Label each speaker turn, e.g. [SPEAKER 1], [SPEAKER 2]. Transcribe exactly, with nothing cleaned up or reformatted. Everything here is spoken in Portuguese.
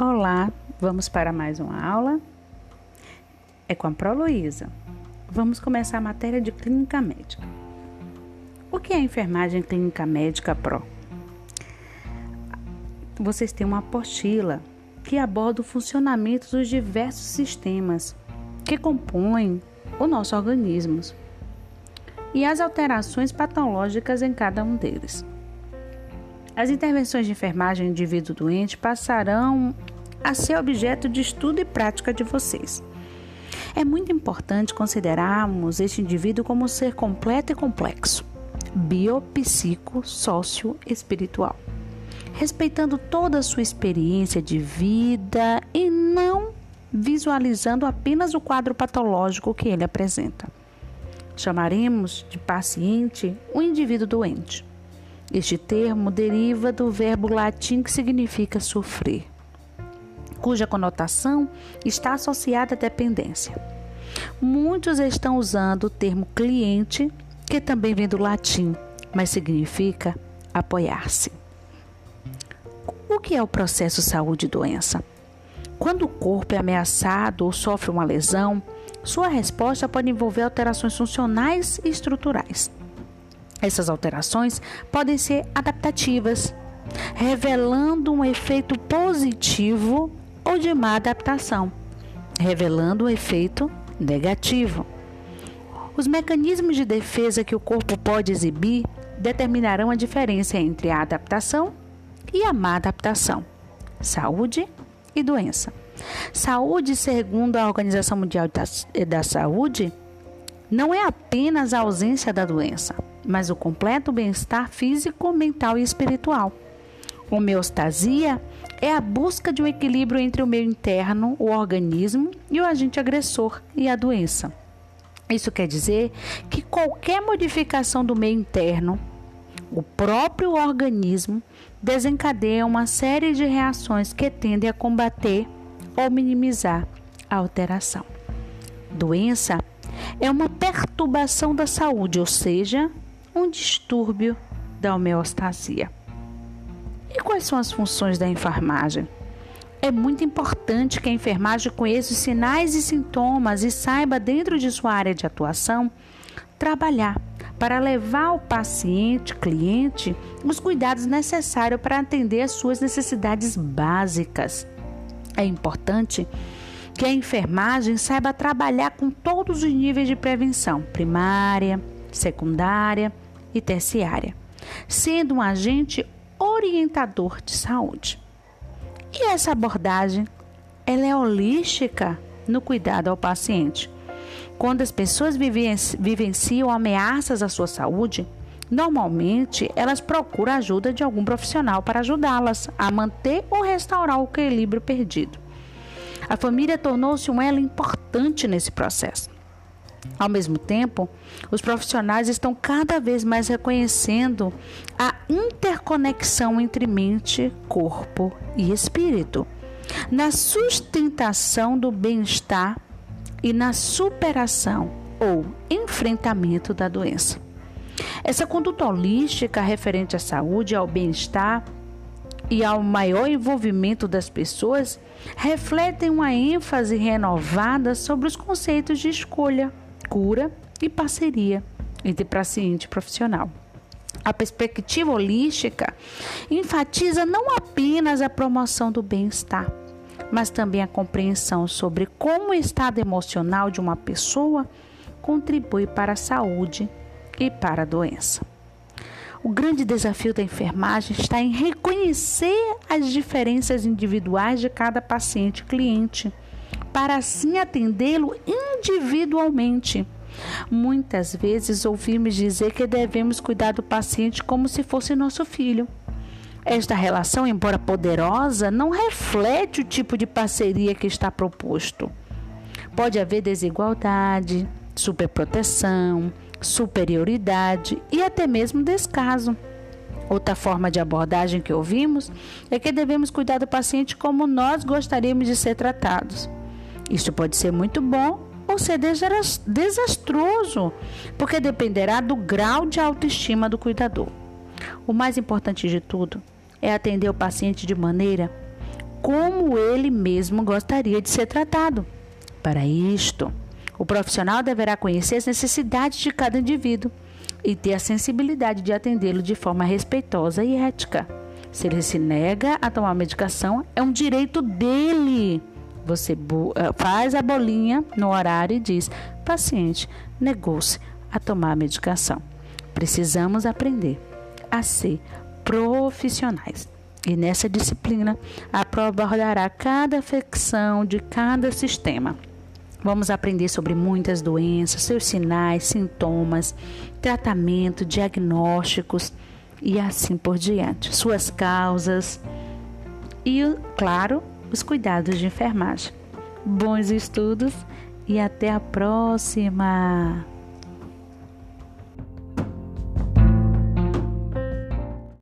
[SPEAKER 1] Olá, vamos para mais uma aula? É com a Pro Luísa. Vamos começar a matéria de Clínica Médica. O que é enfermagem clínica médica Pro? Vocês têm uma apostila que aborda o funcionamento dos diversos sistemas que compõem o nosso organismo e as alterações patológicas em cada um deles. As intervenções de enfermagem em indivíduo doente passarão a ser objeto de estudo e prática de vocês. É muito importante considerarmos este indivíduo como um ser completo e complexo, bio, psico, sócio, espiritual, respeitando toda a sua experiência de vida e não visualizando apenas o quadro patológico que ele apresenta. Chamaremos de paciente o indivíduo doente. Este termo deriva do verbo latim que significa sofrer, cuja conotação está associada à dependência. Muitos estão usando o termo cliente, que também vem do latim, mas significa apoiar-se. O que é o processo saúde e doença? Quando o corpo é ameaçado ou sofre uma lesão, sua resposta pode envolver alterações funcionais e estruturais. Essas alterações podem ser adaptativas, revelando um efeito positivo ou de má adaptação, revelando um efeito negativo. Os mecanismos de defesa que o corpo pode exibir determinarão a diferença entre a adaptação e a má adaptação, saúde e doença. Saúde, segundo a Organização Mundial da Saúde, não é apenas a ausência da doença, mas o completo bem-estar físico, mental e espiritual. Homeostasia é a busca de um equilíbrio entre o meio interno, o organismo, e o agente agressor e a doença. Isso quer dizer que qualquer modificação do meio interno, o próprio organismo, desencadeia uma série de reações que tendem a combater ou minimizar a alteração. Doença é uma perturbação da saúde, ou seja, um distúrbio da homeostasia. E quais são as funções da enfermagem? É muito importante que a enfermagem conheça os sinais e sintomas e saiba, dentro de sua área de atuação, trabalhar para levar ao paciente, cliente, os cuidados necessários para atender às suas necessidades básicas. É importante que a enfermagem saiba trabalhar com todos os níveis de prevenção, primária, secundária e terciária, sendo um agente orientador de saúde. E essa abordagem, ela é holística no cuidado ao paciente. Quando as pessoas vivenciam ameaças à sua saúde, normalmente elas procuram a ajuda de algum profissional para ajudá-las a manter ou restaurar o equilíbrio perdido. A família tornou-se um elo importante nesse processo. Ao mesmo tempo, os profissionais estão cada vez mais reconhecendo a interconexão entre mente, corpo e espírito, na sustentação do bem-estar e na superação ou enfrentamento da doença. Essa conduta holística referente à saúde, ao bem-estar e ao maior envolvimento das pessoas refletem uma ênfase renovada sobre os conceitos de escolha, cura e parceria entre paciente e profissional. A perspectiva holística enfatiza não apenas a promoção do bem-estar, mas também a compreensão sobre como o estado emocional de uma pessoa contribui para a saúde e para a doença. O grande desafio da enfermagem está em reconhecer as diferenças individuais de cada paciente e cliente, para assim atendê-lo individualmente. Muitas vezes ouvimos dizer que devemos cuidar do paciente como se fosse nosso filho. Esta relação, embora poderosa, não reflete o tipo de parceria que está proposto. Pode haver desigualdade, superproteção, superioridade e até mesmo descaso. Outra forma de abordagem que ouvimos é que devemos cuidar do paciente como nós gostaríamos de ser tratados. Isto pode ser muito bom ou ser desastroso, porque dependerá do grau de autoestima do cuidador. O mais importante de tudo é atender o paciente de maneira como ele mesmo gostaria de ser tratado. Para isto, o profissional deverá conhecer as necessidades de cada indivíduo e ter a sensibilidade de atendê-lo de forma respeitosa e ética. Se ele se nega a tomar a medicação, é um direito dele. Você faz a bolinha no horário e diz: paciente, negou-se a tomar a medicação. Precisamos aprender a ser profissionais. E nessa disciplina, a prova abordará cada afecção de cada sistema. Vamos aprender sobre muitas doenças, seus sinais, sintomas, tratamento, diagnósticos e assim por diante. Suas causas e, claro, os cuidados de enfermagem. Bons estudos e até a próxima!